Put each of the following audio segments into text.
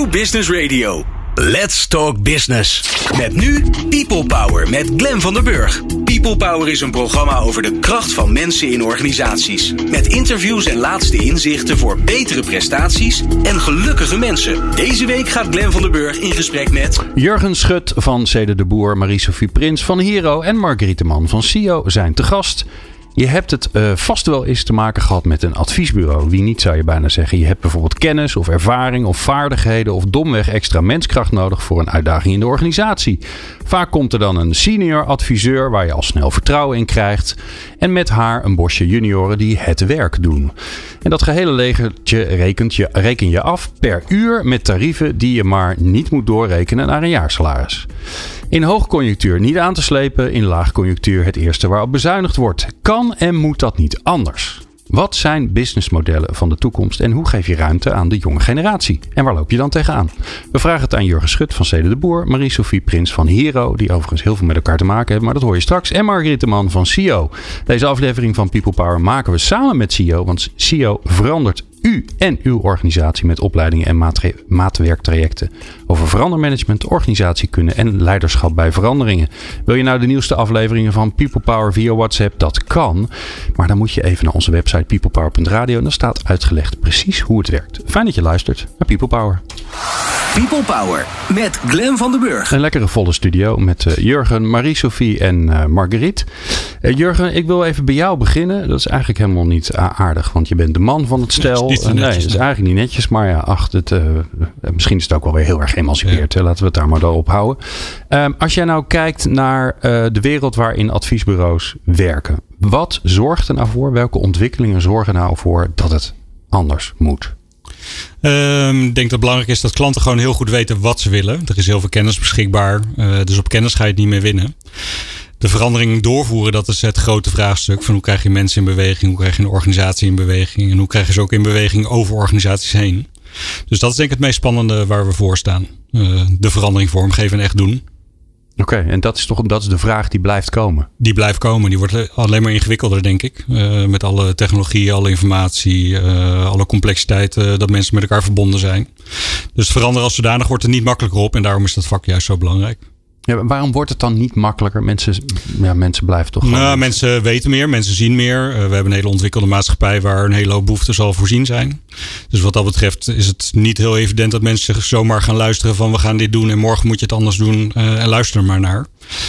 Business Radio. Let's Talk Business. Met nu People Power met Glenn van der Burg. People Power is een programma over de kracht van mensen in organisaties. Met interviews en laatste inzichten voor betere prestaties en gelukkige mensen. Deze week gaat Glenn van der Burg in gesprek met Jurgen Schut van Cede de Boer, Marie-Sophie Prins van Hero en Margriete Mann van CEO zijn te gast. Je hebt het vast wel eens te maken gehad met een adviesbureau. Wie niet, zou je bijna zeggen. Je hebt bijvoorbeeld kennis of ervaring of vaardigheden of domweg extra menskracht nodig voor een uitdaging in de organisatie. Vaak komt er dan een senior adviseur waar je al snel vertrouwen in krijgt. En met haar een bosje junioren die het werk doen. En dat gehele legertje reken je af per uur met tarieven die je maar niet moet doorrekenen naar een jaarsalaris. In hoogconjunctuur niet aan te slepen, in laagconjunctuur het eerste waarop bezuinigd wordt. Kan en moet dat niet anders? Wat zijn businessmodellen van de toekomst en hoe geef je ruimte aan de jonge generatie? En waar loop je dan tegenaan? We vragen het aan Jurgen Schut van Cede de Boer, Marie-Sophie Prins van Hero, die overigens heel veel met elkaar te maken hebben, maar dat hoor je straks, en Margriete Mann van CEO. Deze aflevering van People Power maken we samen met CEO, want CEO verandert u en uw organisatie met opleidingen en maatwerktrajecten over verandermanagement, organisatiekunde en leiderschap bij veranderingen. Wil je nou de nieuwste afleveringen van People Power via WhatsApp? Dat kan, maar dan moet je even naar onze website peoplepower.radio en daar staat uitgelegd precies hoe het werkt. Fijn dat je luistert naar People Power. People Power met Glenn van der Burg. Een lekkere volle studio met Jurgen, Marie-Sophie en Margriet. Jurgen, ik wil even bij jou beginnen. Dat is eigenlijk helemaal niet aardig, want je bent de man van het stel. Nee, dat is eigenlijk niet netjes, maar ja, misschien is het ook wel weer heel erg geëmancipeerd. Ja. Laten we het daar maar op houden. Als jij nou kijkt naar de wereld waarin adviesbureaus werken. Wat zorgt er nou voor? Welke ontwikkelingen zorgen er nou voor dat het anders moet? Ik denk dat het belangrijk is dat klanten gewoon heel goed weten wat ze willen. Er is heel veel kennis beschikbaar, dus op kennis ga je het niet meer winnen. De verandering doorvoeren, dat is het grote vraagstuk van hoe krijg je mensen in beweging, hoe krijg je een organisatie in beweging en hoe krijg je ze ook in beweging over organisaties heen. Dus dat is denk ik het meest spannende waar we voor staan. De verandering vormgeven en echt doen. Oké, en dat is de vraag die blijft komen? Die blijft komen. Die wordt alleen maar ingewikkelder, denk ik. Met alle technologie, alle informatie, alle complexiteit dat mensen met elkaar verbonden zijn. Dus veranderen als zodanig wordt er niet makkelijker op en daarom is dat vak juist zo belangrijk. Ja, waarom wordt het dan niet makkelijker? Mensen blijven toch gewoon... mensen weten meer, mensen zien meer. We hebben een hele ontwikkelde maatschappij waar een hele hoop behoeften zal voorzien zijn. Dus wat dat betreft is het niet heel evident dat mensen zich zomaar gaan luisteren van we gaan dit doen en morgen moet je het anders doen en luister er maar naar.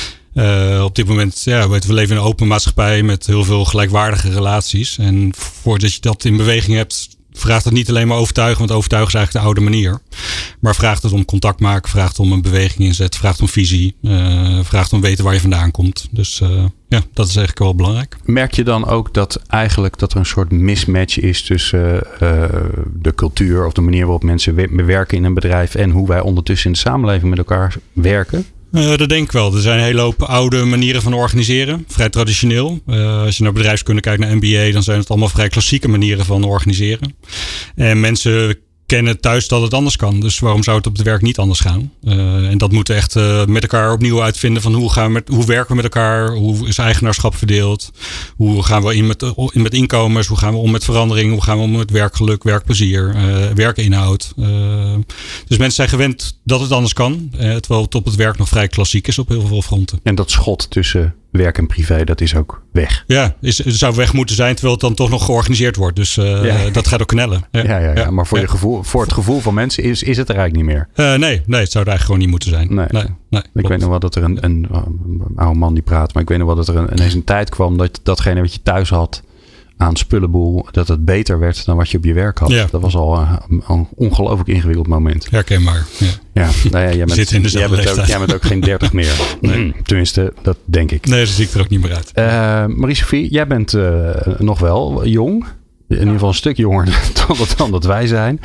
Op dit moment, we leven in een open maatschappij met heel veel gelijkwaardige relaties. En voordat je dat in beweging hebt, vraagt het niet alleen maar overtuigen, want overtuigen is eigenlijk de oude manier. Maar vraagt het om contact maken, vraagt om een beweging inzet, vraagt om visie, vraagt om weten waar je vandaan komt. Dus dat is eigenlijk wel belangrijk. Merk je dan ook dat er een soort mismatch is tussen de cultuur of de manier waarop mensen werken in een bedrijf en hoe wij ondertussen in de samenleving met elkaar werken? Dat denk ik wel. Er zijn een hele hoop oude manieren van organiseren. Vrij traditioneel. Als je naar bedrijfskunde kijkt, naar MBA, dan zijn het allemaal vrij klassieke manieren van organiseren. En mensen kennen thuis dat het anders kan. Dus waarom zou het op het werk niet anders gaan? En dat moeten echt met elkaar opnieuw uitvinden van hoe werken we met elkaar? Hoe is eigenaarschap verdeeld? Hoe gaan we in met inkomens? Hoe gaan we om met verandering? Hoe gaan we om met werkgeluk, werkplezier, werkinhoud? Dus mensen zijn gewend dat het anders kan. Terwijl het op het werk nog vrij klassiek is op heel veel fronten. En dat schot tussen werk en privé, dat is ook weg. Ja, het zou weg moeten zijn terwijl het dan toch nog georganiseerd wordt. Dus dat gaat ook knellen. Ja. Maar voor het gevoel van mensen is het er eigenlijk niet meer. Nee, het zou er eigenlijk gewoon niet moeten zijn. Nee, ik weet nog wel dat er een oude man die praat, maar ik weet nog wel dat er ineens een tijd kwam dat datgene wat je thuis had aan spullenboel, dat het beter werd dan wat je op je werk had. Ja. Dat was al een ongelooflijk ingewikkeld moment. Herkenbaar. Ja. Jij bent ook geen 30 meer. Nee. Tenminste, dat denk ik. Nee, zo zie ik er ook niet meer uit. Marie-Sophie, jij bent nog wel jong. In ieder geval een stuk jonger dan dat wij zijn.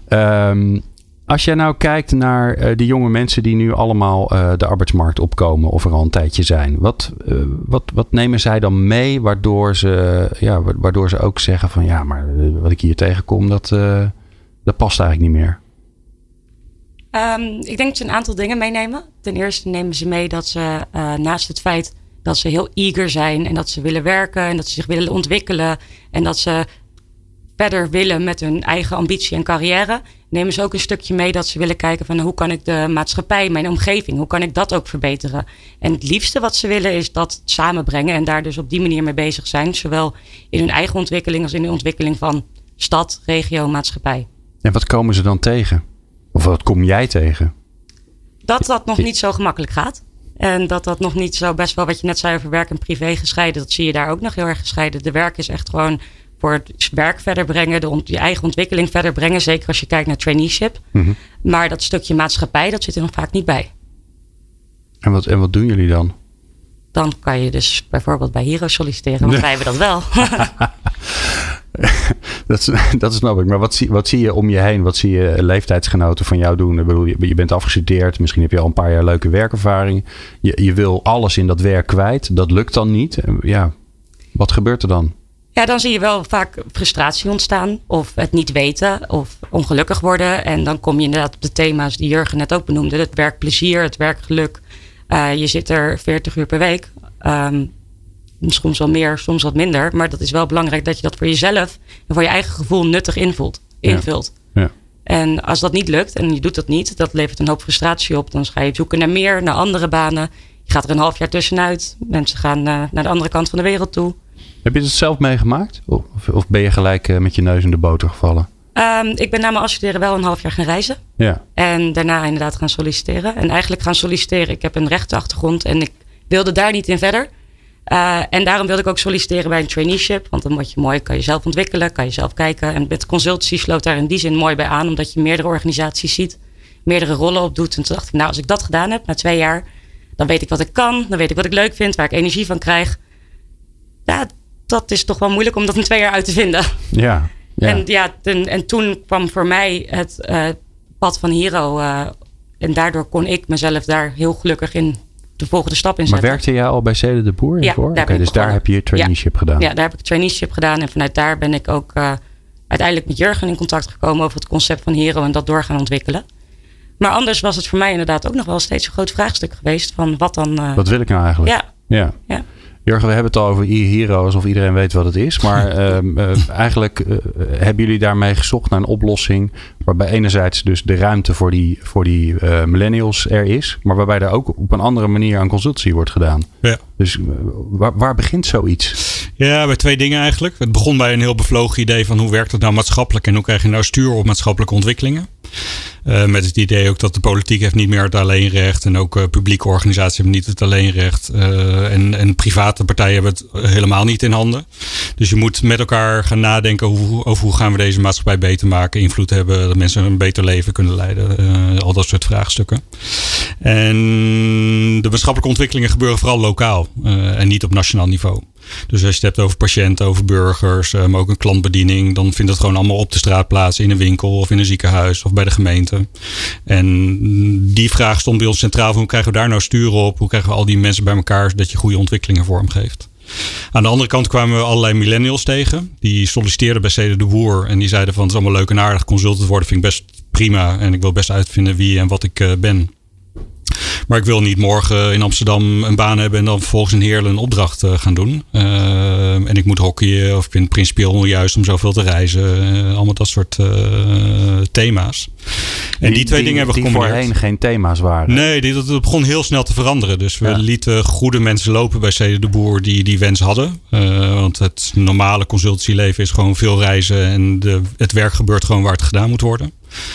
Als jij nou kijkt naar die jonge mensen die nu allemaal de arbeidsmarkt opkomen of er al een tijdje zijn. Wat nemen zij dan mee waardoor ze ook zeggen van ja, maar wat ik hier tegenkom, dat past eigenlijk niet meer? Ik denk dat ze een aantal dingen meenemen. Ten eerste nemen ze mee dat ze naast het feit dat ze heel eager zijn en dat ze willen werken en dat ze zich willen ontwikkelen en dat ze verder willen met hun eigen ambitie en carrière, nemen ze ook een stukje mee dat ze willen kijken van hoe kan ik de maatschappij, mijn omgeving, hoe kan ik dat ook verbeteren? En het liefste wat ze willen is dat samenbrengen en daar dus op die manier mee bezig zijn. Zowel in hun eigen ontwikkeling als in de ontwikkeling van stad, regio, maatschappij. En wat komen ze dan tegen? Of wat kom jij tegen? Dat nog niet zo gemakkelijk gaat. En dat nog niet zo best wel wat je net zei over werk en privé gescheiden. Dat zie je daar ook nog heel erg gescheiden. De werk is echt gewoon voor het werk verder brengen. Je eigen ontwikkeling verder brengen. Zeker als je kijkt naar traineeship. Mm-hmm. Maar dat stukje maatschappij, dat zit er nog vaak niet bij. En wat doen jullie dan? Dan kan je dus bijvoorbeeld bij Hero solliciteren. Want wij hebben dat wel. Dat snap ik. Maar wat zie je om je heen? Wat zie je leeftijdsgenoten van jou doen? Ik bedoel, je bent afgestudeerd. Misschien heb je al een paar jaar leuke werkervaring. Je wil alles in dat werk kwijt. Dat lukt dan niet. Ja, wat gebeurt er dan? Ja, dan zie je wel vaak frustratie ontstaan. Of het niet weten. Of ongelukkig worden. En dan kom je inderdaad op de thema's die Jurgen net ook benoemde. Het werkplezier, het werkgeluk. Je zit er 40 uur per week. Soms wel meer, soms wat minder. Maar dat is wel belangrijk dat je dat voor jezelf en voor je eigen gevoel nuttig invult. Ja. En als dat niet lukt en je doet dat niet, dat levert een hoop frustratie op. Dan ga je zoeken naar meer, naar andere banen. Je gaat er een half jaar tussenuit. Mensen gaan naar de andere kant van de wereld toe. Heb je het zelf meegemaakt? Of ben je gelijk met je neus in de boter gevallen? Ik ben na mijn afstuderen wel een half jaar gaan reizen. Ja. En daarna inderdaad gaan solliciteren. En eigenlijk gaan solliciteren. Ik heb een rechtenachtergrond en ik wilde daar niet in verder. En daarom wilde ik ook solliciteren bij een traineeship. Want dan word je mooi, kan je zelf ontwikkelen, kan je zelf kijken. En met consultancy sloot daar in die zin mooi bij aan. Omdat je meerdere organisaties ziet, meerdere rollen opdoet. En toen dacht ik, als ik dat gedaan heb na 2 jaar, dan weet ik wat ik kan. Dan weet ik wat ik leuk vind, waar ik energie van krijg. Ja, dat is toch wel moeilijk om dat in 2 jaar uit te vinden. Ja. En toen kwam voor mij het pad van Hero. En daardoor kon ik mezelf daar heel gelukkig in de volgende stap in zetten. Maar werkte jij al bij Cede de Boer? Ja, dus daar heb je traineeship gedaan? Ja, daar heb ik traineeship gedaan. En vanuit daar ben ik ook uiteindelijk met Jurgen in contact gekomen over het concept van Hero en dat door gaan ontwikkelen. Maar anders was het voor mij inderdaad ook nog wel steeds een groot vraagstuk geweest van wat dan... Wat wil ik nou eigenlijk? Ja. Jurgen, we hebben het al over Hero alsof iedereen weet wat het is. Maar eigenlijk hebben jullie daarmee gezocht naar een oplossing waarbij enerzijds dus de ruimte voor die millennials er is. Maar waarbij er ook op een andere manier aan consultancy wordt gedaan. Ja. Dus waar begint zoiets? Ja, bij 2 dingen eigenlijk. Het begon bij een heel bevlogen idee van hoe werkt het nou maatschappelijk en hoe krijg je nou stuur op maatschappelijke ontwikkelingen. Met het idee ook dat de politiek heeft niet meer het alleenrecht. En ook publieke organisaties hebben niet het alleenrecht. En private partijen hebben het helemaal niet in handen. Dus je moet met elkaar gaan nadenken over hoe gaan we deze maatschappij beter maken. Invloed hebben, dat mensen een beter leven kunnen leiden. Al dat soort vraagstukken. En de maatschappelijke ontwikkelingen gebeuren vooral lokaal. En niet op nationaal niveau. Dus als je het hebt over patiënten, over burgers, maar ook een klantbediening, dan vindt het gewoon allemaal op de straat plaats, in een winkel of in een ziekenhuis of bij de gemeente. En die vraag stond bij ons centraal van hoe krijgen we daar nou stuur op? Hoe krijgen we al die mensen bij elkaar zodat je goede ontwikkelingen vormgeeft? Aan de andere kant kwamen we allerlei millennials tegen. Die solliciteerden bij Cede de Boer en die zeiden van het is allemaal leuk en aardig. Consultant worden vind ik best prima en ik wil best uitvinden wie en wat ik ben. Maar ik wil niet morgen in Amsterdam een baan hebben en dan vervolgens in Heerlen een opdracht gaan doen. En ik moet hockeyen of ik vind het principieel onjuist om zoveel te reizen. Allemaal dat soort thema's. En die 2 dingen hebben we gecombineerd. Die voorheen geen thema's waren. Nee, dat begon heel snel te veranderen. Dus we lieten goede mensen lopen bij Cede de Boer die wens hadden. Want het normale consultancyleven is gewoon veel reizen en het werk gebeurt gewoon waar het gedaan moet worden.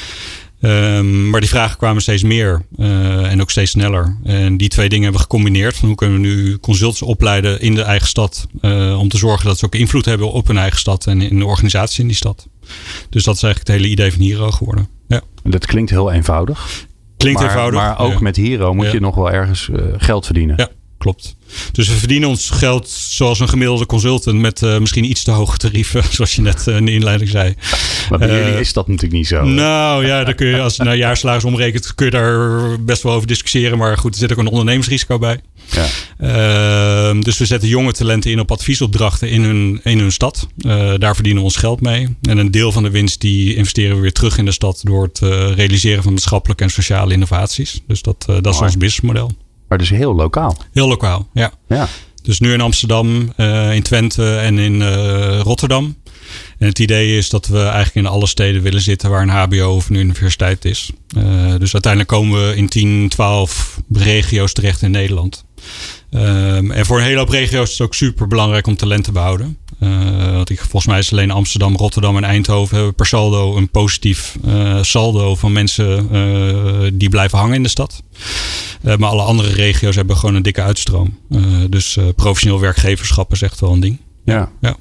Maar die vragen kwamen steeds meer en ook steeds sneller. En die 2 dingen hebben we gecombineerd. Van hoe kunnen we nu consultants opleiden in de eigen stad. Om te zorgen dat ze ook invloed hebben op hun eigen stad en in de organisatie in die stad. Dus dat is eigenlijk het hele idee van Hero geworden. Ja. Dat klinkt heel eenvoudig. Eenvoudig. Maar ook met Hero moet je nog wel ergens geld verdienen. Ja, klopt. Dus we verdienen ons geld zoals een gemiddelde consultant met misschien iets te hoge tarieven, zoals je net in de inleiding zei. Maar bij jullie is dat natuurlijk niet zo. Nou ja, dan kun je als je naar jaarsalaris omrekent, kun je daar best wel over discussiëren. Maar goed, er zit ook een ondernemingsrisico bij. Ja. Dus we zetten jonge talenten in op adviesopdrachten in hun stad. Daar verdienen we ons geld mee. En een deel van de winst die investeren we weer terug in de stad door het realiseren van maatschappelijke en sociale innovaties. Dus dat is ons businessmodel. Maar dus heel lokaal. Heel lokaal, ja. Dus nu in Amsterdam, in Twente en in Rotterdam. En het idee is dat we eigenlijk in alle steden willen zitten waar een HBO of een universiteit is. Dus uiteindelijk komen we in 10, 12 regio's terecht in Nederland. En voor een hele hoop regio's is het ook super belangrijk om talent te behouden. Want volgens mij is alleen Amsterdam, Rotterdam en Eindhoven hebben per saldo een positief saldo van mensen die blijven hangen in de stad. Maar alle andere regio's hebben gewoon een dikke uitstroom. Dus professioneel werkgeverschap is echt wel een ding. Ja. Ja.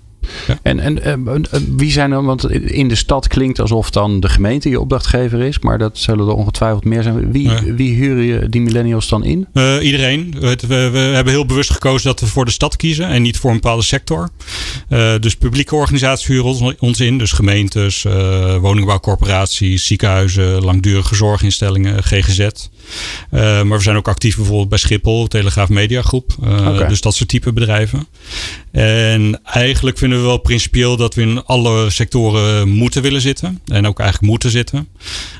En wie zijn dan, want in de stad klinkt alsof dan de gemeente je opdrachtgever is, maar dat zullen er ongetwijfeld meer zijn. Wie huren je die millennials dan in? Iedereen. We hebben heel bewust gekozen dat we voor de stad kiezen en niet voor een bepaalde sector. Dus publieke organisaties huren ons in, dus gemeentes, woningbouwcorporaties, ziekenhuizen, langdurige zorginstellingen, GGZ. Maar we zijn ook actief bijvoorbeeld bij Schiphol, Telegraaf Mediagroep. Dus dat soort type bedrijven. En eigenlijk vinden we wel principieel dat we in alle sectoren moeten willen zitten. En ook eigenlijk moeten zitten.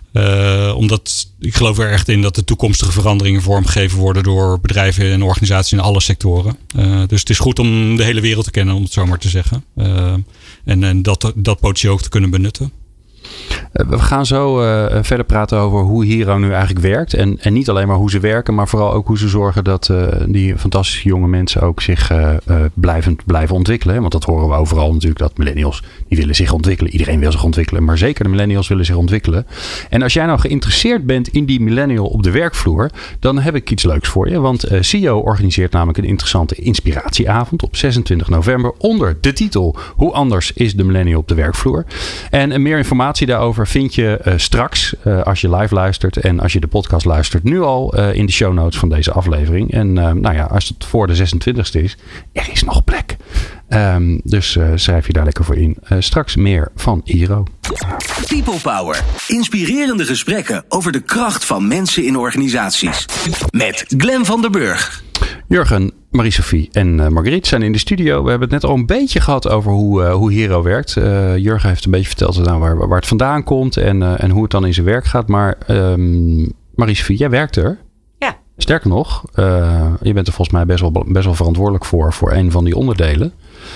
Omdat ik geloof er echt in dat de toekomstige veranderingen vormgegeven worden door bedrijven en organisaties in alle sectoren. Dus het is goed om de hele wereld te kennen, om het zo maar te zeggen. En dat potentieel ook te kunnen benutten. We gaan zo verder praten over hoe Hero nu eigenlijk werkt. En niet alleen maar hoe ze werken, maar vooral ook hoe ze zorgen dat die fantastische jonge mensen ook zich blijven ontwikkelen. Want dat horen we overal natuurlijk, dat millennials die willen zich ontwikkelen. Iedereen wil zich ontwikkelen, maar zeker de millennials willen zich ontwikkelen. En als jij nou geïnteresseerd bent in die millennial op de werkvloer, dan heb ik iets leuks voor je. Want CEO organiseert namelijk een interessante inspiratieavond op 26 november onder de titel Hoe anders is de millennial op de werkvloer? En meer informatie daarover vind je straks als je live luistert en als je de podcast luistert nu al in de show notes van deze aflevering. En als het voor de 26e is, er is nog plek. Dus schrijf je daar lekker voor in. Straks meer van Hero. People Power. Inspirerende gesprekken over de kracht van mensen in organisaties. Met Glenn van der Burg. Jurgen, Marie-Sophie en Marguerite zijn in de studio. We hebben het net al een beetje gehad over hoe Hero werkt. Jurgen heeft een beetje verteld waar het vandaan komt en hoe het dan in zijn werk gaat. Maar Marie-Sophie, jij werkt er. Ja. Sterker nog, je bent er volgens mij best wel verantwoordelijk voor een van die onderdelen.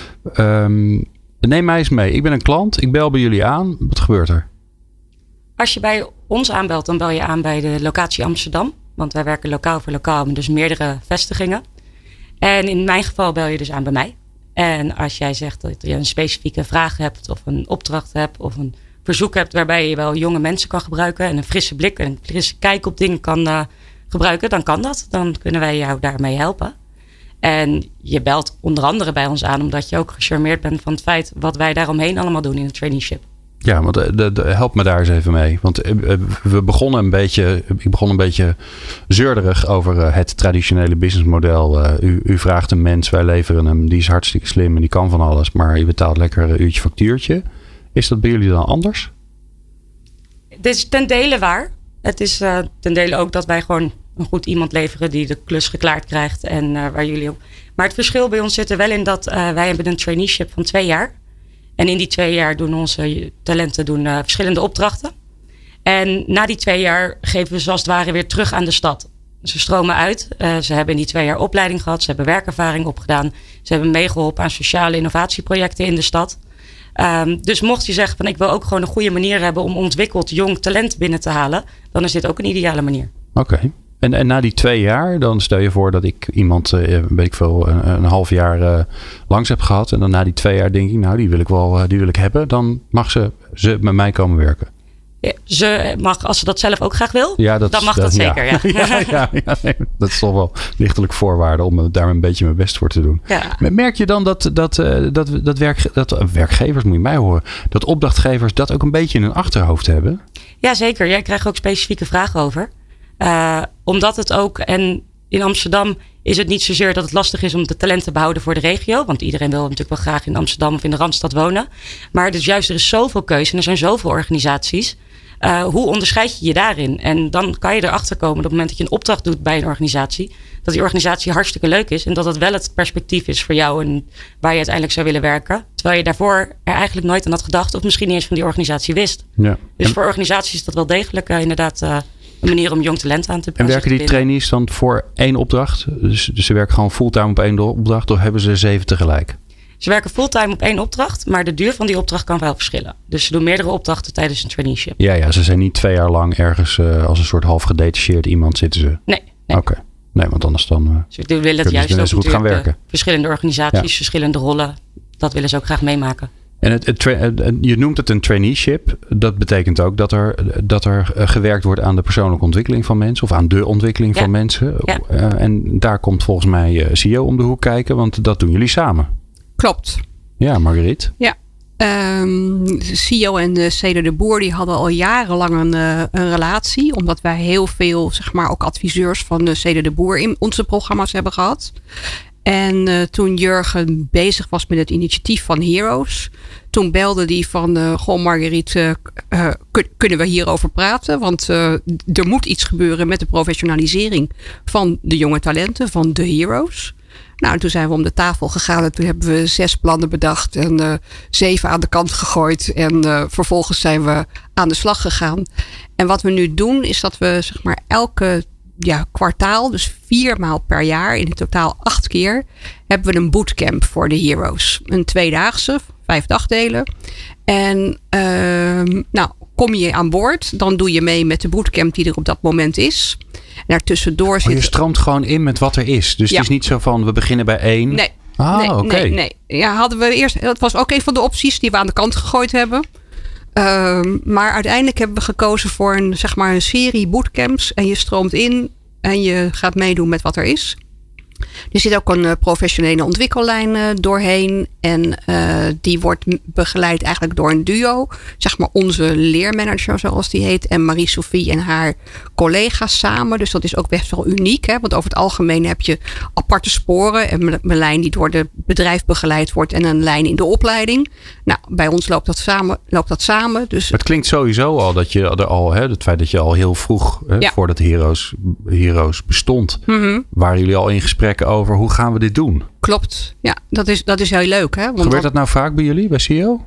Neem mij eens mee. Ik ben een klant. Ik bel bij jullie aan. Wat gebeurt er? Als je bij ons aanbelt, dan bel je aan bij de locatie Amsterdam. Want wij werken lokaal voor lokaal, dus meerdere vestigingen. En in mijn geval bel je dus aan bij mij. En als jij zegt dat je een specifieke vraag hebt of een opdracht hebt of een verzoek hebt waarbij je wel jonge mensen kan gebruiken en een frisse blik en een frisse kijk op dingen kan gebruiken, dan kan dat. Dan kunnen wij jou daarmee helpen. En je belt onder andere bij ons aan omdat je ook gecharmeerd bent van het feit wat wij daaromheen allemaal doen in het traineeship. Ja, want help me daar eens even mee. Want ik begon een beetje zeurderig over het traditionele businessmodel. U vraagt een mens, wij leveren hem. Die is hartstikke slim en die kan van alles. Maar je betaalt lekker een uurtje factuurtje. Is dat bij jullie dan anders? Dit is ten dele waar. Het is ten dele ook dat wij gewoon een goed iemand leveren die de klus geklaard krijgt. En waar jullie op. Maar het verschil bij ons zit er wel in dat wij hebben een traineeship van 2 jaar. En in die 2 jaar doen onze talenten verschillende opdrachten. En na die 2 jaar geven we ze als het ware weer terug aan de stad. Ze stromen uit. Ze hebben in die 2 jaar opleiding gehad. Ze hebben werkervaring opgedaan. Ze hebben meegeholpen aan sociale innovatieprojecten in de stad. Dus mocht je zeggen van ik wil ook gewoon een goede manier hebben om ontwikkeld jong talent binnen te halen. Dan is dit ook een ideale manier. Oké. En na die 2 jaar, dan stel je voor dat ik iemand, weet ik veel, een half jaar langs heb gehad. En dan na die 2 jaar denk ik, nou die wil ik hebben. Dan mag ze met mij komen werken. Ja, ze mag, als ze dat zelf ook graag wil, ja, dan mag dat zeker. Ja. Nee, dat is toch wel lichtelijk voorwaarde om daar een beetje mijn best voor te doen. Ja. Merk je dan dat werkgevers, moet je mij horen, dat opdrachtgevers dat ook een beetje in hun achterhoofd hebben? Ja, zeker. Jij krijgt ook specifieke vragen over. Omdat het ook, en in Amsterdam is het niet zozeer dat het lastig is om de talenten te behouden voor de regio. Want iedereen wil natuurlijk wel graag in Amsterdam of in de Randstad wonen. Maar dus juist, er is zoveel keuze en er zijn zoveel organisaties. Hoe onderscheid je je daarin? En dan kan je erachter komen op het moment dat je een opdracht doet bij een organisatie. Dat die organisatie hartstikke leuk is. En dat het wel het perspectief is voor jou en waar je uiteindelijk zou willen werken. Terwijl je daarvoor er eigenlijk nooit aan had gedacht. Of misschien niet eens van die organisatie wist. Ja. Dus voor organisaties is dat wel degelijk inderdaad een manier om jong talent aan te bieden. En werken die trainees dan voor 1 opdracht? Dus ze werken gewoon fulltime op 1 opdracht of hebben ze 7 tegelijk? Ze werken fulltime op 1 opdracht, maar de duur van die opdracht kan wel verschillen. Dus ze doen meerdere opdrachten tijdens een traineeship. Ja, ze zijn niet 2 jaar lang ergens als een soort half gedetacheerd iemand zitten ze. Nee. Oké. Nee, want anders dan dus we willen het juist ook goed gaan werken. Verschillende organisaties, verschillende rollen. Dat willen ze ook graag meemaken. En je noemt het een traineeship. Dat betekent ook dat er gewerkt wordt aan de persoonlijke ontwikkeling van mensen. Of aan de ontwikkeling van mensen. Ja. En daar komt volgens mij CEO om de hoek kijken. Want dat doen jullie samen. Klopt. Ja, Marguerite. Ja. CEO en Cede de Boer die hadden al jarenlang een relatie. Omdat wij heel veel, zeg maar, ook adviseurs van Cede de Boer in onze programma's hebben gehad. En toen Jurgen bezig was met het initiatief van Heroes. Toen belde hij van, Marguerite, kunnen we hierover praten? Want er moet iets gebeuren met de professionalisering van de jonge talenten, van de Heroes. Nou, toen zijn we om de tafel gegaan en toen hebben we 6 plannen bedacht en 7 aan de kant gegooid. En vervolgens zijn we aan de slag gegaan. En wat we nu doen is dat we, zeg maar, elke kwartaal, dus 4 maal per jaar, in totaal 8 keer, hebben we een bootcamp voor de Heroes. Een 2-daagse, 5 dagdelen. En kom je aan boord, dan doe je mee met de bootcamp die er op dat moment is. En daartussendoor zit... je stroomt gewoon in met wat er is. Dus het is niet zo van, we beginnen bij 1. Nee. Nee. Ja, hadden we eerst... Dat was ook een van de opties die we aan de kant gegooid hebben. Maar uiteindelijk hebben we gekozen voor een serie bootcamps. En je stroomt in en je gaat meedoen met wat er is. Er zit ook een professionele ontwikkellijn doorheen. En die wordt begeleid eigenlijk door een duo. Zeg maar onze leermanager zoals die heet. En Marie-Sophie en haar collega's samen. Dus dat is ook best wel uniek. Hè? Want over het algemeen heb je aparte sporen. En een lijn die door het bedrijf begeleid wordt. En een lijn in de opleiding. Nou, bij ons loopt dat samen. Dus het klinkt sowieso al dat je er al... het feit dat je al heel vroeg, voordat Heroes bestond... waren jullie al in gesprek over hoe gaan we dit doen? Klopt. Ja, dat is heel leuk. Hè? Gebeurt dat nou vaak bij jullie, bij CEO?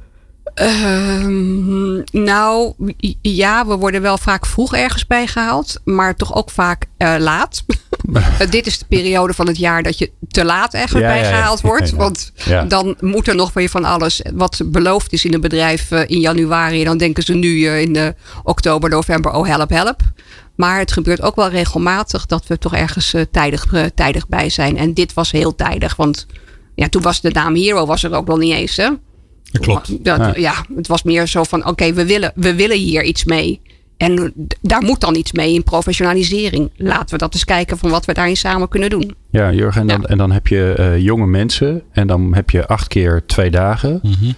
Nou, ja, we worden wel vaak vroeg ergens bijgehaald. Maar toch ook vaak laat. Dit is de periode van het jaar dat je te laat ergens bijgehaald wordt. Want dan moet er nog weer van alles wat beloofd is in een bedrijf in januari. Dan denken ze nu in oktober, november, oh help. Maar het gebeurt ook wel regelmatig dat we toch ergens tijdig bij zijn. En dit was heel tijdig. Want toen was de naam Hero was er ook nog niet eens. Hè? Dat klopt. Het was meer zo van oké, we willen hier iets mee. En daar moet dan iets mee in professionalisering. Laten we dat eens kijken van wat we daarin samen kunnen doen. Ja, Jurgen. En dan heb je jonge mensen. En dan heb je 8 keer 2 dagen. Mm-hmm.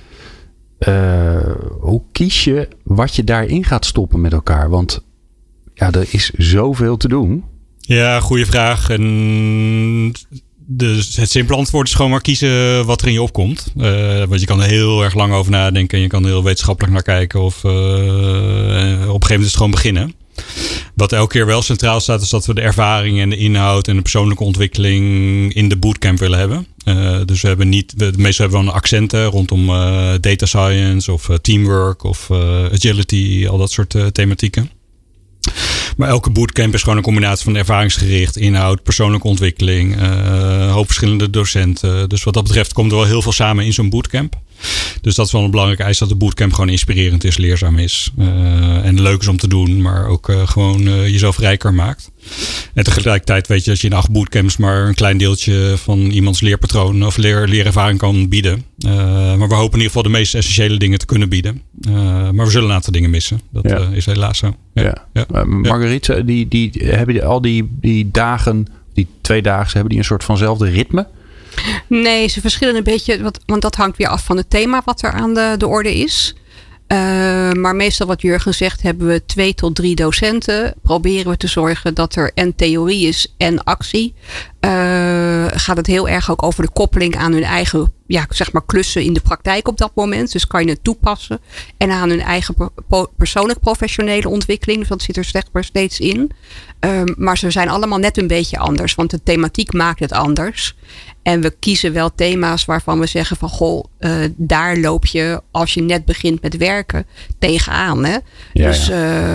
Hoe kies je wat je daarin gaat stoppen met elkaar? Want er is zoveel te doen. Ja, goede vraag. En het simpele antwoord is gewoon maar kiezen wat er in je opkomt. Want je kan er heel erg lang over nadenken. En je kan er heel wetenschappelijk naar kijken. Of op een gegeven moment is het gewoon beginnen. Wat elke keer wel centraal staat is dat we de ervaring en de inhoud en de persoonlijke ontwikkeling in de bootcamp willen hebben. Dus we hebben meestal hebben we dan accenten rondom data science of teamwork of agility, al dat soort thematieken. Maar elke bootcamp is gewoon een combinatie van ervaringsgericht, inhoud, persoonlijke ontwikkeling, een hoop verschillende docenten. Dus wat dat betreft komt er wel heel veel samen in zo'n bootcamp. Dus dat is wel een belangrijke eis, dat de bootcamp gewoon inspirerend is, leerzaam is. En leuk is om te doen, maar ook gewoon jezelf rijker maakt. En tegelijkertijd weet je dat je in 8 bootcamps maar een klein deeltje van iemands leerpatroon of leerervaring kan bieden. Maar we hopen in ieder geval de meest essentiële dingen te kunnen bieden. Maar we zullen een aantal dingen missen. Dat is helaas zo. Marguerite, hebben al die dagen, die 2 dagen, hebben die een soort vanzelfde ritme? Nee, ze verschillen een beetje, want dat hangt weer af van het thema wat er aan de orde is. Maar meestal wat Jurgen zegt, hebben we 2 tot 3 docenten. Proberen we te zorgen dat er en theorie is en actie. Gaat het heel erg ook over de koppeling aan hun eigen klussen in de praktijk op dat moment. Dus kan je het toepassen. En aan hun eigen persoonlijk professionele ontwikkeling. Dus dat zit er steeds in. Maar ze zijn allemaal net een beetje anders. Want de thematiek maakt het anders. En we kiezen wel thema's waarvan we zeggen van daar loop je als je net begint met werken tegenaan. Hè?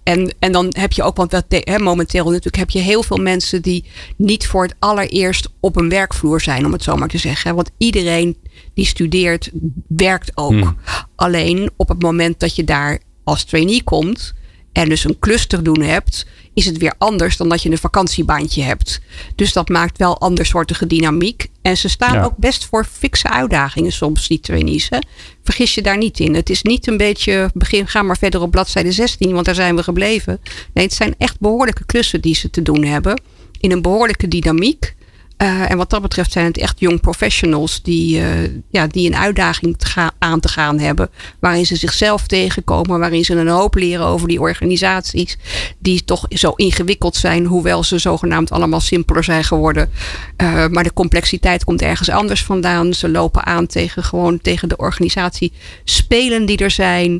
En dan heb je ook, want momenteel natuurlijk heb je heel veel mensen die niet voor het allereerst op een werkvloer zijn, om het zo maar te zeggen. Want iedereen die studeert, werkt ook. Alleen op het moment dat je daar als trainee komt en dus een klus te doen hebt, is het weer anders dan dat je een vakantiebaantje hebt. Dus dat maakt wel andersoortige dynamiek. En ze staan ook best voor fikse uitdagingen soms, die trainees. Hè? Vergis je daar niet in. Het is niet een beetje, ga maar verder op bladzijde 16, want daar zijn we gebleven. Nee, het zijn echt behoorlijke klussen die ze te doen hebben. In een behoorlijke dynamiek. En wat dat betreft zijn het echt young professionals die een uitdaging aan te gaan hebben. Waarin ze zichzelf tegenkomen. Waarin ze een hoop leren over die organisaties. Die toch zo ingewikkeld zijn. Hoewel ze zogenaamd allemaal simpeler zijn geworden. Maar de complexiteit komt ergens anders vandaan. Ze lopen aan tegen de organisatie spelen die er zijn.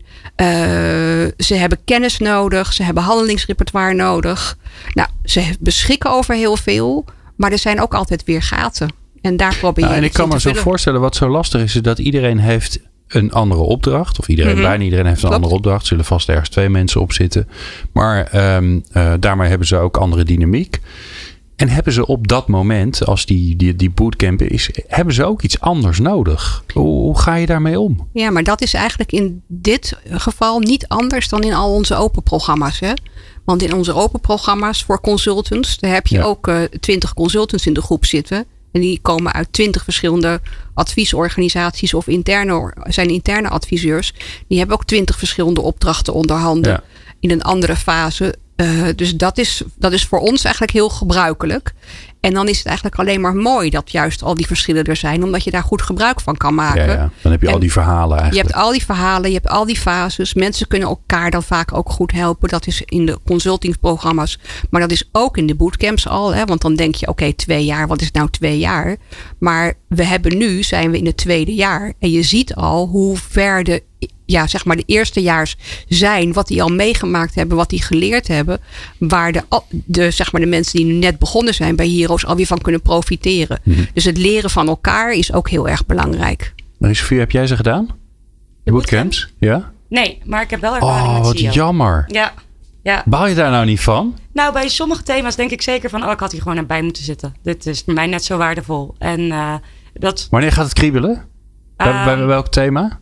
Ze hebben kennis nodig. Ze hebben handelingsrepertoire nodig. Nou, ze beschikken over heel veel. Maar er zijn ook altijd weer gaten. En daar probeer je en ik kan me zo voorstellen, wat zo lastig is dat iedereen heeft een andere opdracht. Of bijna iedereen heeft een andere opdracht. Er zullen vast ergens 2 mensen op zitten. Maar daarmee hebben ze ook andere dynamiek. En hebben ze op dat moment, als die bootcamp is, hebben ze ook iets anders nodig? Hoe ga je daarmee om? Ja, maar dat is eigenlijk in dit geval niet anders dan in al onze open programma's. Hè? Want in onze open programma's voor consultants, daar heb je ook 20 consultants in de groep zitten. En die komen uit 20 verschillende adviesorganisaties of zijn interne adviseurs. Die hebben ook 20 verschillende opdrachten onder handen in een andere fase. Dus dat is voor ons eigenlijk heel gebruikelijk. En dan is het eigenlijk alleen maar mooi dat juist al die verschillen er zijn. Omdat je daar goed gebruik van kan maken. Ja. Dan heb je al die verhalen eigenlijk. Je hebt al die verhalen, je hebt al die fases. Mensen kunnen elkaar dan vaak ook goed helpen. Dat is in de consultingsprogramma's. Maar dat is ook in de bootcamps al. Hè? Want dan denk je, oké, 2 jaar. Wat is nou 2 jaar? Maar zijn we in het 2e jaar. En je ziet al hoe ver de eerstejaars zijn, wat die al meegemaakt hebben, wat die geleerd hebben, waar de mensen die nu net begonnen zijn bij Heroes alweer van kunnen profiteren. Dus het leren van elkaar is ook heel erg belangrijk. Sophie, heb jij ze gedaan? De bootcamps? Ja? Nee, maar ik heb wel ervaring met wat CEO. Jammer. Ja. Baal je daar nou niet van? Nou, bij sommige thema's denk ik zeker van, ik had hier gewoon bij moeten zitten. Dit is voor mij net zo waardevol. En Wanneer gaat het kriebelen? Bij welk thema?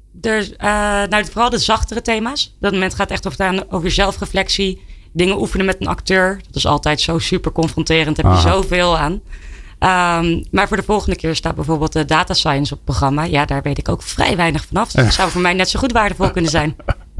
Vooral de zachtere thema's. Op dat moment gaat het echt over zelfreflectie. Dingen oefenen met een acteur. Dat is altijd zo super confronterend. Daar heb je zoveel aan. Maar voor de volgende keer staat bijvoorbeeld de data science op het programma. Ja, daar weet ik ook vrij weinig vanaf. Dus dat zou voor mij net zo goed waardevol kunnen zijn.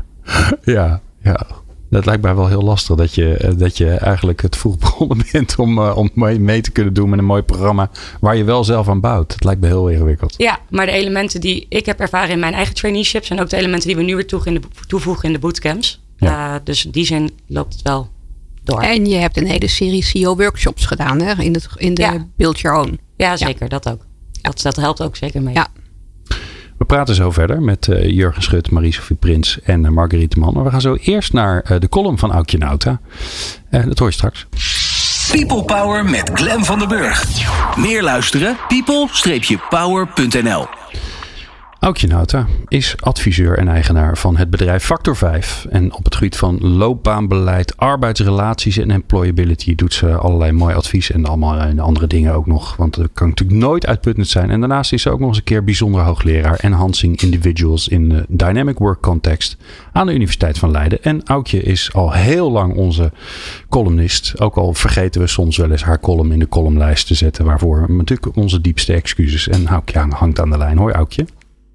Ja. Dat lijkt mij wel heel lastig. Dat je eigenlijk het vroeg begonnen bent om mee te kunnen doen met een mooi programma waar je wel zelf aan bouwt. Dat lijkt me heel ingewikkeld. Ja, maar de elementen die ik heb ervaren in mijn eigen traineeship zijn ook de elementen die we nu weer toevoegen in de bootcamps. Ja. Dus in die zin loopt het wel door. En je hebt een hele serie CEO-workshops gedaan, hè? In de Build Your Own. Ja, zeker. Dat ook. Dat helpt ook zeker mee. Ja. We praten zo verder met Jurgen Schut, Marie-Sophie Prins en Marguerite Man. Maar we gaan zo eerst naar de column van Aukje Nauta. Dat hoor je straks. People Power met Glenn van der Burg. Meer luisteren? people-power.nl. Aukje Nauta is adviseur en eigenaar van het bedrijf Factor 5. En op het gebied van loopbaanbeleid, arbeidsrelaties en employability doet ze allerlei mooi advies en allemaal andere dingen ook nog. Want dat kan natuurlijk nooit uitputtend zijn. En daarnaast is ze ook nog eens een keer bijzonder hoogleraar Enhancing Individuals in de Dynamic Work Context aan de Universiteit van Leiden. En Aukje is al heel lang onze columnist. Ook al vergeten we soms wel eens haar column in de columnlijst te zetten. Waarvoor natuurlijk onze diepste excuses. En Aukje hangt aan de lijn. Hoi Aukje.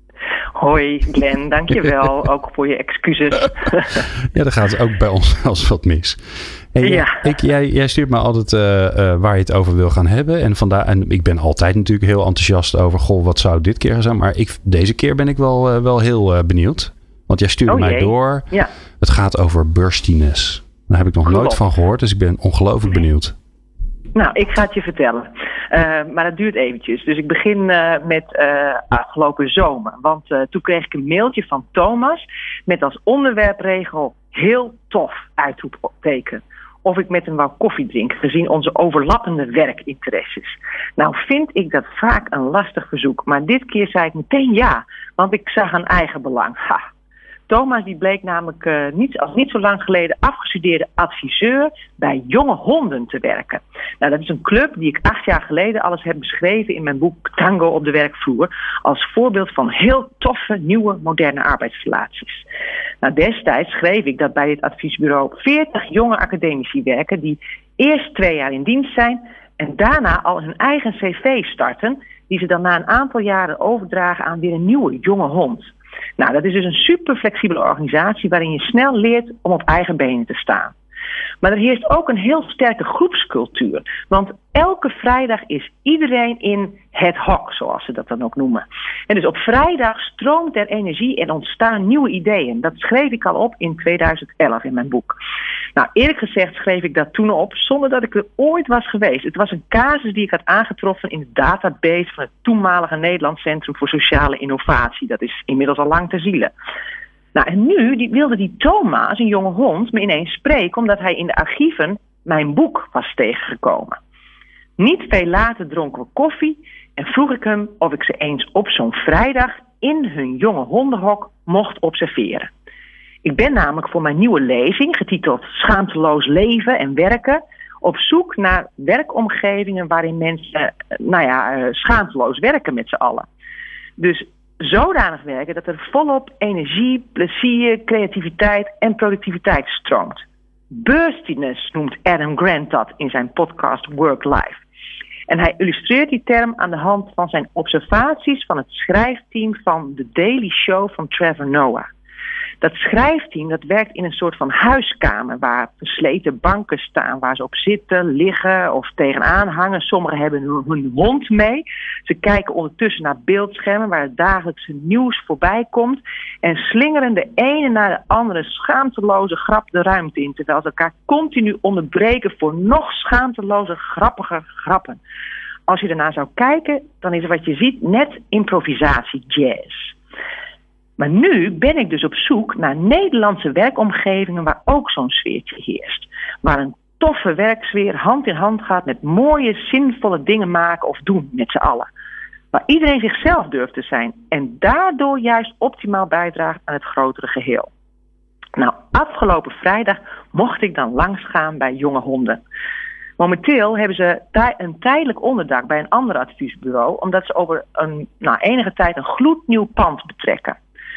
Hoi Glenn, dankjewel ook voor je excuses. Ja, daar gaat het ook bij ons als wat mis. Hey, jij stuurt me altijd waar je het over wil gaan hebben. En ik ben altijd natuurlijk heel enthousiast over, wat zou dit keer zijn? Maar deze keer ben ik wel heel benieuwd. Want jij stuurde mij door. Ja. Het gaat over burstiness. Daar heb ik nog nooit van gehoord, dus ik ben ongelooflijk benieuwd. Nou, ik ga het je vertellen. Maar dat duurt eventjes. Dus ik begin met afgelopen zomer. Want toen kreeg ik een mailtje van Thomas met als onderwerpregel heel tof uitroepteken. Of ik met hem wou koffie drinken, gezien onze overlappende werkinteresses. Nou vind ik dat vaak een lastig verzoek. Maar dit keer zei ik meteen ja, want ik zag een eigen belang. Thomas die bleek namelijk niet zo lang geleden afgestudeerde adviseur bij jonge honden te werken. Nou, dat is een club die ik 8 jaar geleden alles heb beschreven in mijn boek Tango op de werkvloer als voorbeeld van heel toffe, nieuwe, moderne arbeidsrelaties. Nou, destijds schreef ik dat bij dit adviesbureau 40 jonge academici werken die eerst 2 jaar in dienst zijn en daarna al hun eigen cv starten, die ze dan na een aantal jaren overdragen aan weer een nieuwe jonge hond. Nou, dat is dus een super flexibele organisatie waarin je snel leert om op eigen benen te staan. Maar er heerst ook een heel sterke groepscultuur. Want elke vrijdag is iedereen in het hok, zoals ze dat dan ook noemen. En dus op vrijdag stroomt er energie en ontstaan nieuwe ideeën. Dat schreef ik al op in 2011 in mijn boek. Nou, eerlijk gezegd schreef ik dat toen op zonder dat ik er ooit was geweest. Het was een casus die ik had aangetroffen in de database van het toenmalige Nederlands Centrum voor Sociale Innovatie. Dat is inmiddels al lang ter ziele. Nou, en nu wilde die Thomas, een jonge hond, me ineens spreken omdat hij in de archieven mijn boek was tegengekomen. Niet veel later dronken we koffie en vroeg ik hem of ik ze eens op zo'n vrijdag in hun jonge hondenhok mocht observeren. Ik ben namelijk voor mijn nieuwe lezing, getiteld Schaamteloos leven en werken, op zoek naar werkomgevingen waarin mensen, schaamteloos werken met z'n allen. Dus zodanig werken dat er volop energie, plezier, creativiteit en productiviteit stroomt. Burstiness noemt Adam Grant dat in zijn podcast Work Life. En hij illustreert die term aan de hand van zijn observaties van het schrijfteam van The Daily Show van Trevor Noah. Dat schrijfteam dat werkt in een soort van huiskamer waar versleten banken staan waar ze op zitten, liggen of tegenaan hangen. Sommigen hebben hun hond mee. Ze kijken ondertussen naar beeldschermen waar het dagelijkse nieuws voorbij komt en slingeren de ene na de andere schaamteloze grap de ruimte in, terwijl ze elkaar continu onderbreken voor nog schaamteloze, grappige grappen. Als je ernaar zou kijken, dan is wat je ziet net improvisatie jazz. Maar nu ben ik dus op zoek naar Nederlandse werkomgevingen waar ook zo'n sfeertje heerst. Waar een toffe werksfeer hand in hand gaat met mooie, zinvolle dingen maken of doen met z'n allen. Waar iedereen zichzelf durft te zijn en daardoor juist optimaal bijdraagt aan het grotere geheel. Nou, afgelopen vrijdag mocht ik dan langsgaan bij jonge honden. Momenteel hebben ze een tijdelijk onderdak bij een ander adviesbureau, omdat ze over enige tijd een gloednieuw pand betrekken.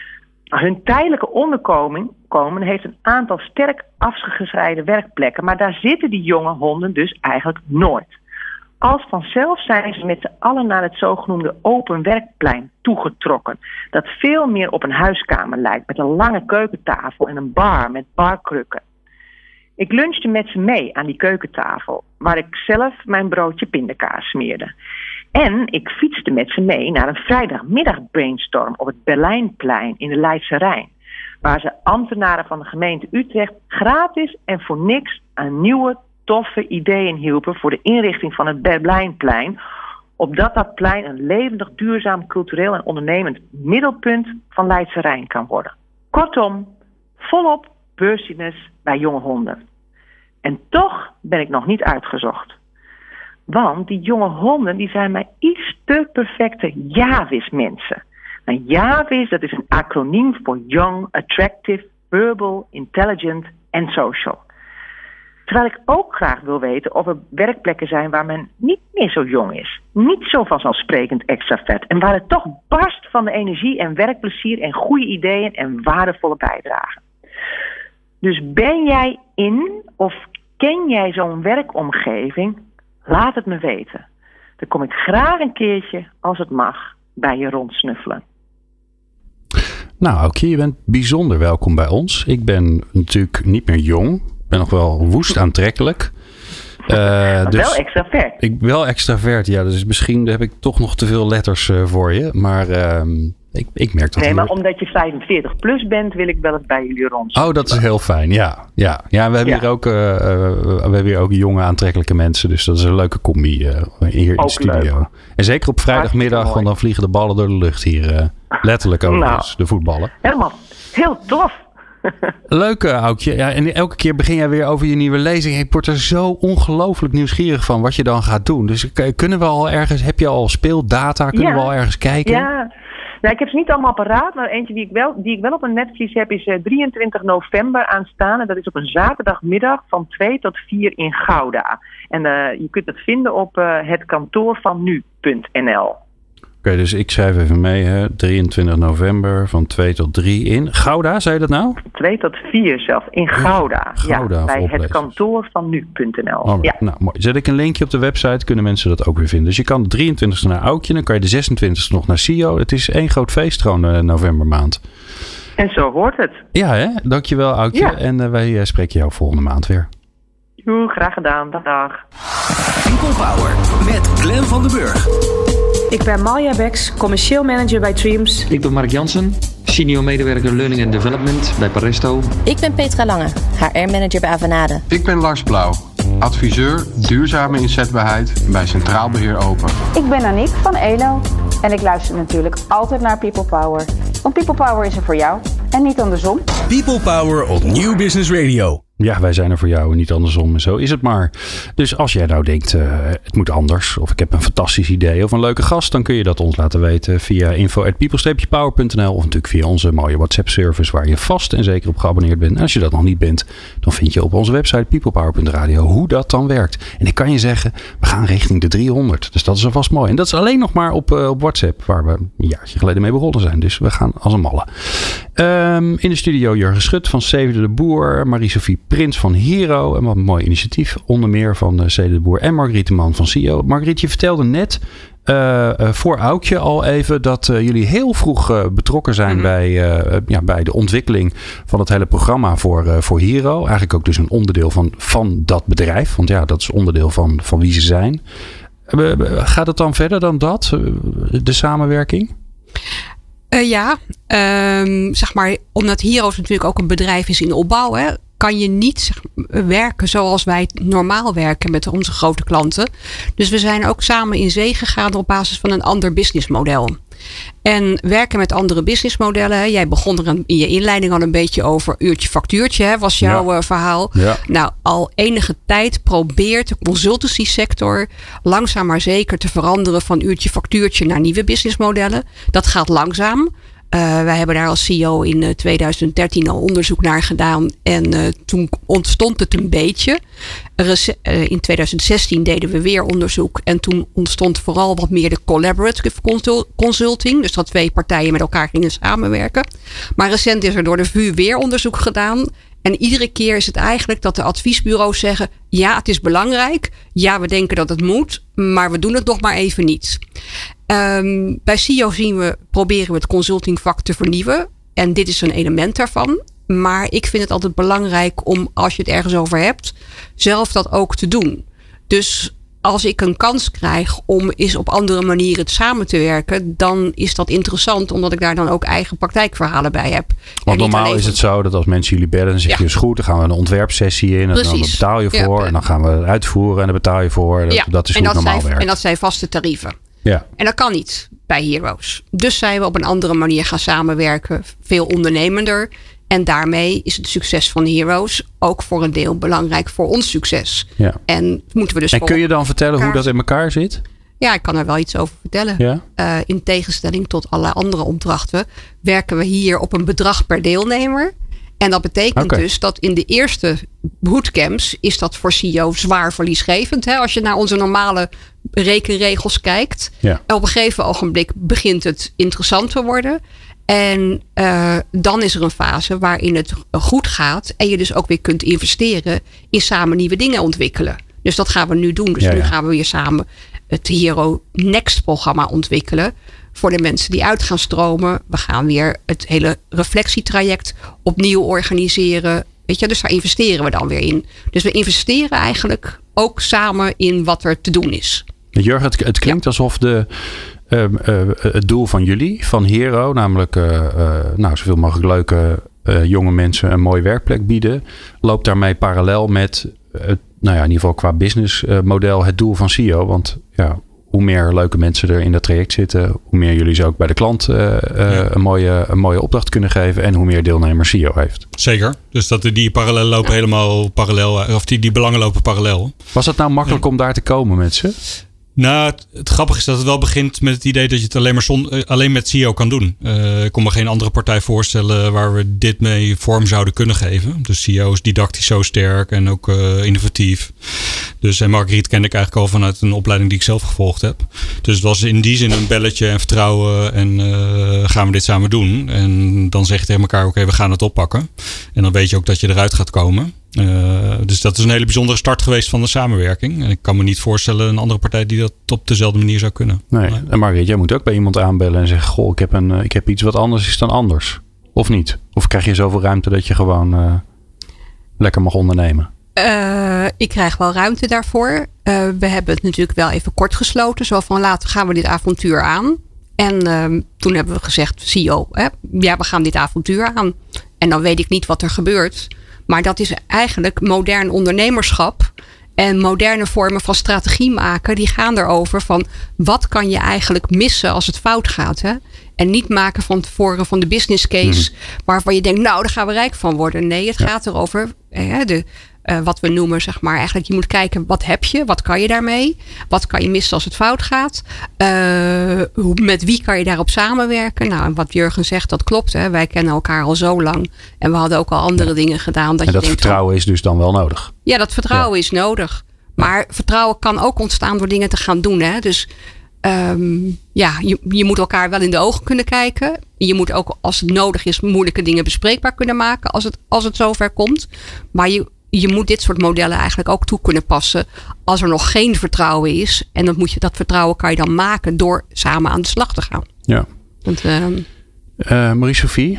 Hun tijdelijke onderkomen heeft een aantal sterk afgescheiden werkplekken, maar daar zitten die jonge honden dus eigenlijk nooit. Als vanzelf zijn ze met z'n allen naar het zogenoemde open werkplein toegetrokken, dat veel meer op een huiskamer lijkt, met een lange keukentafel en een bar met barkrukken. Ik lunchte met ze mee aan die keukentafel, waar ik zelf mijn broodje pindakaas smeerde. En ik fietste met ze mee naar een vrijdagmiddag brainstorm op het Berlijnplein in de Leidse Rijn, waar ze ambtenaren van de gemeente Utrecht gratis en voor niks aan nieuwe, toffe ideeën hielpen voor de inrichting van het Berlijnplein, opdat dat plein een levendig, duurzaam, cultureel en ondernemend middelpunt van Leidse Rijn kan worden. Kortom, volop burstiness bij jonge honden. En toch ben ik nog niet uitgezocht. Want die jonge honden die zijn mij iets te perfecte JAWIS-mensen. Nou, JAWIS, dat is een acroniem voor Young, Attractive, Verbal, Intelligent en Social. Terwijl ik ook graag wil weten of er werkplekken zijn waar men niet meer zo jong is. Niet zo vanzelfsprekend extravert. En waar het toch barst van de energie en werkplezier en goede ideeën en waardevolle bijdragen. Dus ben jij in of ken jij zo'n werkomgeving? Laat het me weten. Dan kom ik graag een keertje, als het mag, bij je rondsnuffelen. Nou, Aukje, je bent bijzonder welkom bij ons. Ik ben natuurlijk niet meer jong. Ik ben nog wel woest aantrekkelijk. Dus wel extravert. Wel extravert, ja. Dus misschien heb ik toch nog te veel letters voor je. Maar ik merk dat... Nee, maar omdat je 45 plus bent, wil ik wel eens bij jullie rond. Oh, dat is heel fijn, ja. Ja, we hebben hier ook jonge aantrekkelijke mensen. Dus dat is een leuke combi hier in de studio. Leuk. En zeker op vrijdagmiddag, want dan vliegen de ballen door de lucht hier. Letterlijk ook de voetballen. Helemaal, heel tof. Leuk, Aukje. Ja, en elke keer begin jij weer over je nieuwe lezing. Ik word er zo ongelooflijk nieuwsgierig van wat je dan gaat doen. Dus kunnen we al ergens, heb je al speeldata? Kunnen we al ergens kijken? Ja, Nou, ik heb ze niet allemaal paraat, maar eentje die ik wel op een netvlies heb is 23 november aanstaande. Dat is op een zaterdagmiddag van 2 tot 4 in Gouda. En je kunt het vinden op hetkantoorvannu.nl. Oké, dus ik schrijf even mee, hè. 23 november van 2 tot 3 in Gouda, zei je dat nou? 2 tot 4 zelf, in Gouda. Gouda bij hetkantoorvannu.nl. Ja, nou mooi. Zet ik een linkje op de website, kunnen mensen dat ook weer vinden. Dus je kan de 23e naar Aukje, dan kan je de 26e nog naar SIO. Het is één groot feest gewoon novembermaand. En zo hoort het. Ja, hè? Dankjewel Aukje. Ja. En wij spreken jou volgende maand weer. Joe, graag gedaan. Dag. People Power met Glenn van den Burg. Ik ben Malja Beks, commercieel manager bij Dreams. Ik ben Mark Jansen, senior medewerker Learning and Development bij Paresto. Ik ben Petra Lange, HR-manager bij Avanade. Ik ben Lars Blauw, adviseur duurzame inzetbaarheid bij Centraal Beheer Open. Ik ben Aniek van ELO en ik luister natuurlijk altijd naar People Power. Want People Power is er voor jou en niet andersom. People Power op Nieuw Business Radio. Ja, wij zijn er voor jou en niet andersom. En zo is het maar. Dus als jij nou denkt, het moet anders. Of ik heb een fantastisch idee of een leuke gast. Dan kun je dat ons laten weten via info@people-power.nl. Of natuurlijk via onze mooie WhatsApp service. Waar je vast en zeker op geabonneerd bent. En als je dat nog niet bent, dan vind je op onze website peoplepower.radio hoe dat dan werkt. En ik kan je zeggen, we gaan richting de 300. Dus dat is alvast mooi. En dat is alleen nog maar op WhatsApp. Waar we een jaartje geleden mee begonnen zijn. Dus we gaan als een malle. In de studio Jurgen Schut van Cede de Boer. Marie-Sophie Prins van Hero. En wat een mooi initiatief. Onder meer van Cede de Boer en Margriete Man van CEO. Margriete, je vertelde net voor Aukje al even dat jullie heel vroeg betrokken zijn bij de ontwikkeling van het hele programma voor Hero. Eigenlijk ook dus een onderdeel van dat bedrijf. Want ja, dat is onderdeel van wie ze zijn. Gaat het dan verder dan dat? De samenwerking? Zeg maar, omdat Heroes natuurlijk ook een bedrijf is in opbouw, hè, kan je niet werken zoals wij normaal werken met onze grote klanten. Dus we zijn ook samen in zee gegaan op basis van een ander businessmodel. En werken met andere businessmodellen. Hè. Jij begon er in je inleiding al een beetje over uurtje factuurtje, hè, was jouw verhaal. Ja. Nou, al enige tijd probeert de consultancy sector langzaam maar zeker te veranderen van uurtje factuurtje naar nieuwe businessmodellen. Dat gaat langzaam. Wij hebben daar als CEO in 2013 al onderzoek naar gedaan. En toen ontstond het een beetje. In 2016 deden we weer onderzoek. En toen ontstond vooral wat meer de collaborative consulting. Dus dat twee partijen met elkaar gingen samenwerken. Maar recent is er door de VU weer onderzoek gedaan. En iedere keer is het eigenlijk dat de adviesbureaus zeggen, ja, het is belangrijk. Ja, we denken dat het moet. Maar we doen het nog maar even niet. Bij CEO proberen we het consultingvak te vernieuwen. En dit is een element daarvan. Maar ik vind het altijd belangrijk om, als je het ergens over hebt, zelf dat ook te doen. Dus als ik een kans krijg om eens op andere manieren het samen te werken, dan is dat interessant, omdat ik daar dan ook eigen praktijkverhalen bij heb. Want normaal is het zo dat als mensen jullie bellen, dan zeg je, is goed, dan gaan we een ontwerpsessie in. En dan betaal je voor. Ja. En dan gaan we het uitvoeren en dan betaal je voor. Dat is hoe het normaal werkt. En dat zijn vaste tarieven. Ja. En dat kan niet bij Heroes. Dus zijn we op een andere manier gaan samenwerken. Veel ondernemender. En daarmee is het succes van Heroes ook voor een deel belangrijk voor ons succes. Ja. En moeten we dus. En kun je dan vertellen hoe dat in elkaar zit? Ja, ik kan er wel iets over vertellen. Ja. In tegenstelling tot alle andere opdrachten werken we hier op een bedrag per deelnemer. En dat betekent dus dat in de eerste bootcamps is dat voor CEO zwaar verliesgevend. Hè? Als je naar onze normale rekenregels kijkt. Ja. En op een gegeven ogenblik begint het interessant te worden. En dan is er een fase waarin het goed gaat. En je dus ook weer kunt investeren in samen nieuwe dingen ontwikkelen. Dus dat gaan we nu doen. Dus nu gaan we weer samen het Hero Next programma ontwikkelen. Voor de mensen die uit gaan stromen. We gaan weer het hele reflectietraject opnieuw organiseren. Weet je, dus daar investeren we dan weer in. Dus we investeren eigenlijk ook samen in wat er te doen is. Jurgen, het klinkt alsof het doel van jullie, van Hero, namelijk zoveel mogelijk leuke jonge mensen een mooie werkplek bieden, loopt daarmee parallel met in ieder geval qua businessmodel het doel van CEO. Want ja, hoe meer leuke mensen er in dat traject zitten, hoe meer jullie ze ook bij de klant een mooie opdracht kunnen geven en hoe meer deelnemers CEO heeft. Zeker. Dus die parallellen lopen helemaal parallel, of die belangen lopen parallel. Was het nou makkelijk om daar te komen met ze? Nou, het grappige is dat het wel begint met het idee dat je het alleen met CEO kan doen. Ik kon me geen andere partij voorstellen waar we dit mee vorm zouden kunnen geven. Dus CEO is didactisch zo sterk en ook innovatief. Dus Marguerite kende ik eigenlijk al vanuit een opleiding die ik zelf gevolgd heb. Dus het was in die zin een belletje en vertrouwen en gaan we dit samen doen. En dan zeg je tegen elkaar, oké, we gaan het oppakken. En dan weet je ook dat je eruit gaat komen. Dus dat is een hele bijzondere start geweest van de samenwerking. En ik kan me niet voorstellen een andere partij die dat op dezelfde manier zou kunnen. Nee. En Margriet, jij moet ook bij iemand aanbellen en zeggen, goh, ik heb iets wat anders is dan anders. Of niet? Of krijg je zoveel ruimte dat je gewoon lekker mag ondernemen? Ik krijg wel ruimte daarvoor. We hebben het natuurlijk wel even kort gesloten. Zo van, later gaan we dit avontuur aan. En toen hebben we gezegd, CEO, ja, we gaan dit avontuur aan. En dan weet ik niet wat er gebeurt. Maar dat is eigenlijk modern ondernemerschap. En moderne vormen van strategie maken. Die gaan erover van wat kan je eigenlijk missen als het fout gaat. Hè? En niet maken van tevoren van de business case. Waarvan je denkt, nou daar gaan we rijk van worden. Nee, het gaat erover. Wat we noemen, zeg maar, eigenlijk je moet kijken, wat heb je? Wat kan je daarmee? Wat kan je missen als het fout gaat? Met wie kan je daarop samenwerken? Nou, en wat Jurgen zegt, dat klopt. Hè? Wij kennen elkaar al zo lang. En we hadden ook al andere dingen gedaan. En dat vertrouwen is dus dan wel nodig? Ja, dat vertrouwen is nodig. Maar vertrouwen kan ook ontstaan door dingen te gaan doen. Hè? Dus je moet elkaar wel in de ogen kunnen kijken. Je moet ook, als het nodig is, moeilijke dingen bespreekbaar kunnen maken. Als het zover komt. Maar je moet dit soort modellen eigenlijk ook toe kunnen passen als er nog geen vertrouwen is. En dat vertrouwen kan je dan maken door samen aan de slag te gaan. Ja. Marie-Sophie,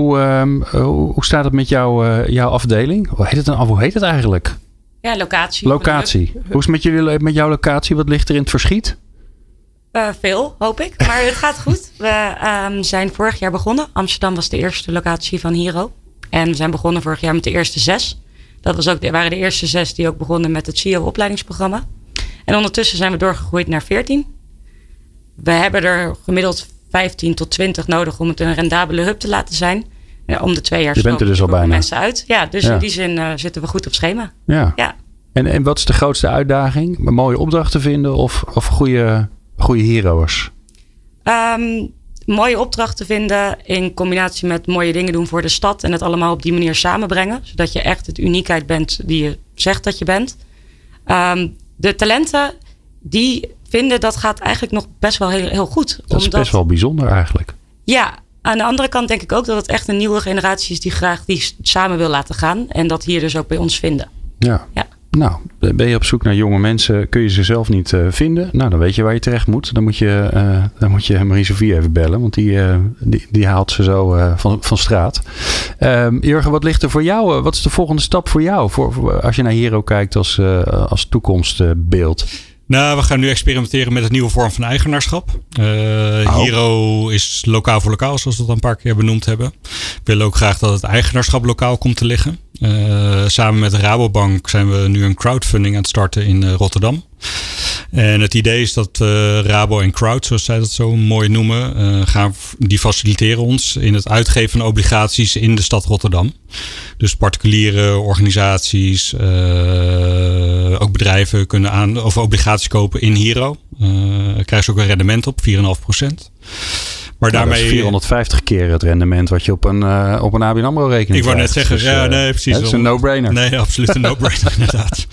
hoe staat het met jouw afdeling? Hoe heet het eigenlijk? Ja, locatie. Hoe is het met jouw locatie? Wat ligt er in het verschiet? Veel, hoop ik. Maar het gaat goed. We zijn vorig jaar begonnen. Amsterdam was de eerste locatie van Hero. En we zijn begonnen vorig jaar met de eerste 6. Dat waren de eerste 6 die ook begonnen met het CEO-opleidingsprogramma. En ondertussen zijn we doorgegroeid naar 14. We hebben er gemiddeld 15 tot 20 nodig om het een rendabele hub te laten zijn. Om de 2 jaar. Je bent er dus al bijna. Mensen uit. Ja, dus in die zin zitten we goed op schema. Ja. En wat is de grootste uitdaging? Een mooie opdrachten vinden of goede heroes? Mooie opdrachten vinden in combinatie met mooie dingen doen voor de stad. En het allemaal op die manier samenbrengen. Zodat je echt het uniekheid bent die je zegt dat je bent. De talenten die vinden dat gaat eigenlijk nog best wel heel goed. Dat is best wel bijzonder eigenlijk. Ja, aan de andere kant denk ik ook dat het echt een nieuwe generatie is die graag die samen wil laten gaan. En dat hier dus ook bij ons vinden. Ja. Nou, ben je op zoek naar jonge mensen, kun je ze zelf niet vinden? Nou, dan weet je waar je terecht moet. Dan moet je Marie-Sophie even bellen, want die haalt ze zo van straat. Jurgen, wat ligt er voor jou? Wat is de volgende stap voor jou? Als je naar Hero kijkt als toekomstbeeld? Nou, we gaan nu experimenteren met een nieuwe vorm van eigenaarschap. Hero is lokaal voor lokaal, zoals we dat al een paar keer benoemd hebben. We willen ook graag dat het eigenaarschap lokaal komt te liggen. Samen met de Rabobank zijn we nu een crowdfunding aan het starten in Rotterdam. En het idee is dat Rabo en Crowd, zoals zij dat zo mooi noemen, die faciliteren ons in het uitgeven van obligaties in de stad Rotterdam. Dus particuliere organisaties, ook bedrijven kunnen obligaties kopen in Hero. Krijgen ze ook een rendement op, 4,5%. Maar daarmee, dat is 450 keer het rendement wat je op een ABN AMRO rekening krijgt. Ik wou net zeggen, dus, precies. Het is een no-brainer. Nee, absoluut een no-brainer inderdaad.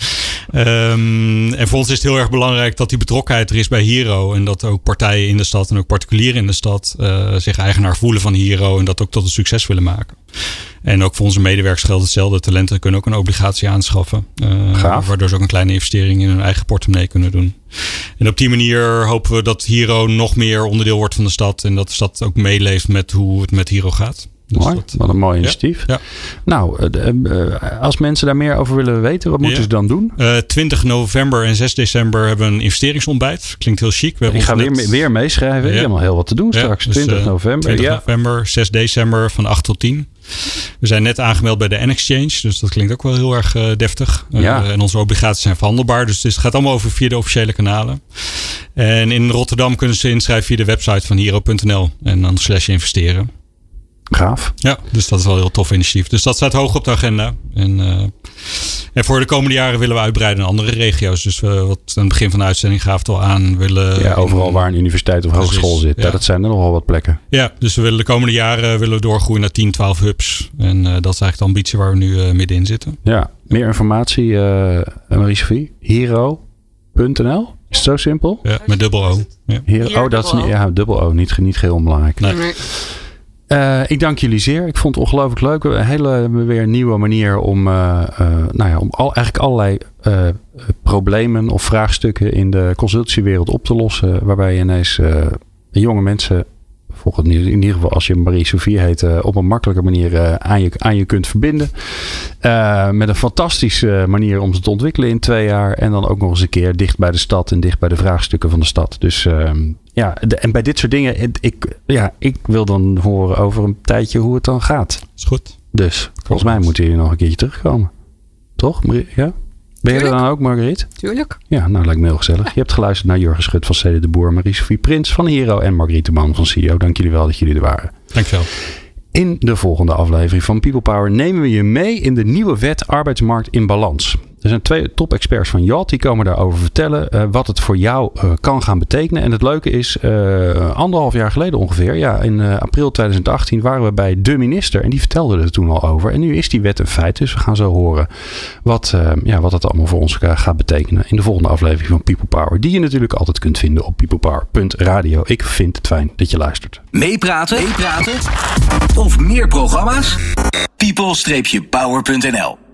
En voor ons is het heel erg belangrijk dat die betrokkenheid er is bij Hero. En dat ook partijen in de stad en ook particulieren in de stad zich eigenaar voelen van Hero. En dat ook tot een succes willen maken. En ook voor onze medewerkers geldt hetzelfde. Talenten kunnen ook een obligatie aanschaffen. Waardoor ze ook een kleine investering in hun eigen portemonnee kunnen doen. En op die manier hopen we dat Hero nog meer onderdeel wordt van de stad. En dat de stad ook meeleeft met hoe het met Hero gaat. Dus mooi, wat een mooi initiatief. Ja. Nou, als mensen daar meer over willen weten, wat moeten ze dan doen? 20 november en 6 december hebben we een investeringsontbijt. Klinkt heel chic. Ik ga weer meeschrijven. Je hebt nog heel wat te doen straks. Dus 20 november. 20 november, 6 december van 8 tot 10. We zijn net aangemeld bij de N-Exchange. Dus dat klinkt ook wel heel erg deftig. En onze obligaties zijn verhandelbaar. Dus het gaat allemaal over via de officiële kanalen. En in Rotterdam kunnen ze inschrijven via de website van Hero.nl. En dan /investeren. Gaaf. Ja, dus dat is wel een heel tof initiatief. Dus dat staat hoog op de agenda. En voor de komende jaren willen we uitbreiden naar andere regio's. Dus wat aan het begin van de uitzending gaf het al aan. Overal waar een universiteit of hogeschool zit. Ja. Dat zijn er nogal wat plekken. Ja, dus we willen de komende jaren doorgroeien naar 10, 12 hubs. En dat is eigenlijk de ambitie waar we nu middenin zitten. Ja, meer informatie, Marie-Sophie. Hero.nl? Is het zo simpel? Ja, met dubbel O. Ja. Dat is dubbel O. Niet heel onbelangrijk. Nee. Ik dank jullie zeer. Ik vond het ongelooflijk leuk. Een hele weer nieuwe manier om eigenlijk allerlei problemen of vraagstukken in de consultancywereld op te lossen. Waarbij je ineens jonge mensen, in ieder geval als je Marie-Sophie heet, op een makkelijke manier aan je kunt verbinden. Met een fantastische manier om ze te ontwikkelen in 2 jaar. En dan ook nog eens een keer dicht bij de stad en dicht bij de vraagstukken van de stad. Dus en bij dit soort dingen, ik wil dan horen over een tijdje hoe het dan gaat. Is goed. Dus volgens mij moeten jullie nog een keertje terugkomen. Toch? Ja? Ben je er dan ook, Marguerite? Tuurlijk. Ja, nou lijkt me heel gezellig. Je hebt geluisterd naar Jurgen Schut van Cede de Boer, Marie-Sophie Prins van Hero en Marguerite Man van CEO. Dank jullie wel dat jullie er waren. Dankjewel. In de volgende aflevering van People Power nemen we je mee in de nieuwe wet arbeidsmarkt in balans. Er zijn 2 top-experts van Yacht die komen daarover vertellen wat het voor jou kan gaan betekenen. En het leuke is, 1,5 jaar geleden ongeveer, in april 2018 waren we bij de minister en die vertelde er toen al over. En nu is die wet een feit, dus we gaan zo horen wat het allemaal voor ons gaat betekenen in de volgende aflevering van People Power. Die je natuurlijk altijd kunt vinden op peoplepower.radio. Ik vind het fijn dat je luistert. Meepraten? Of meer programma's? people-power.nl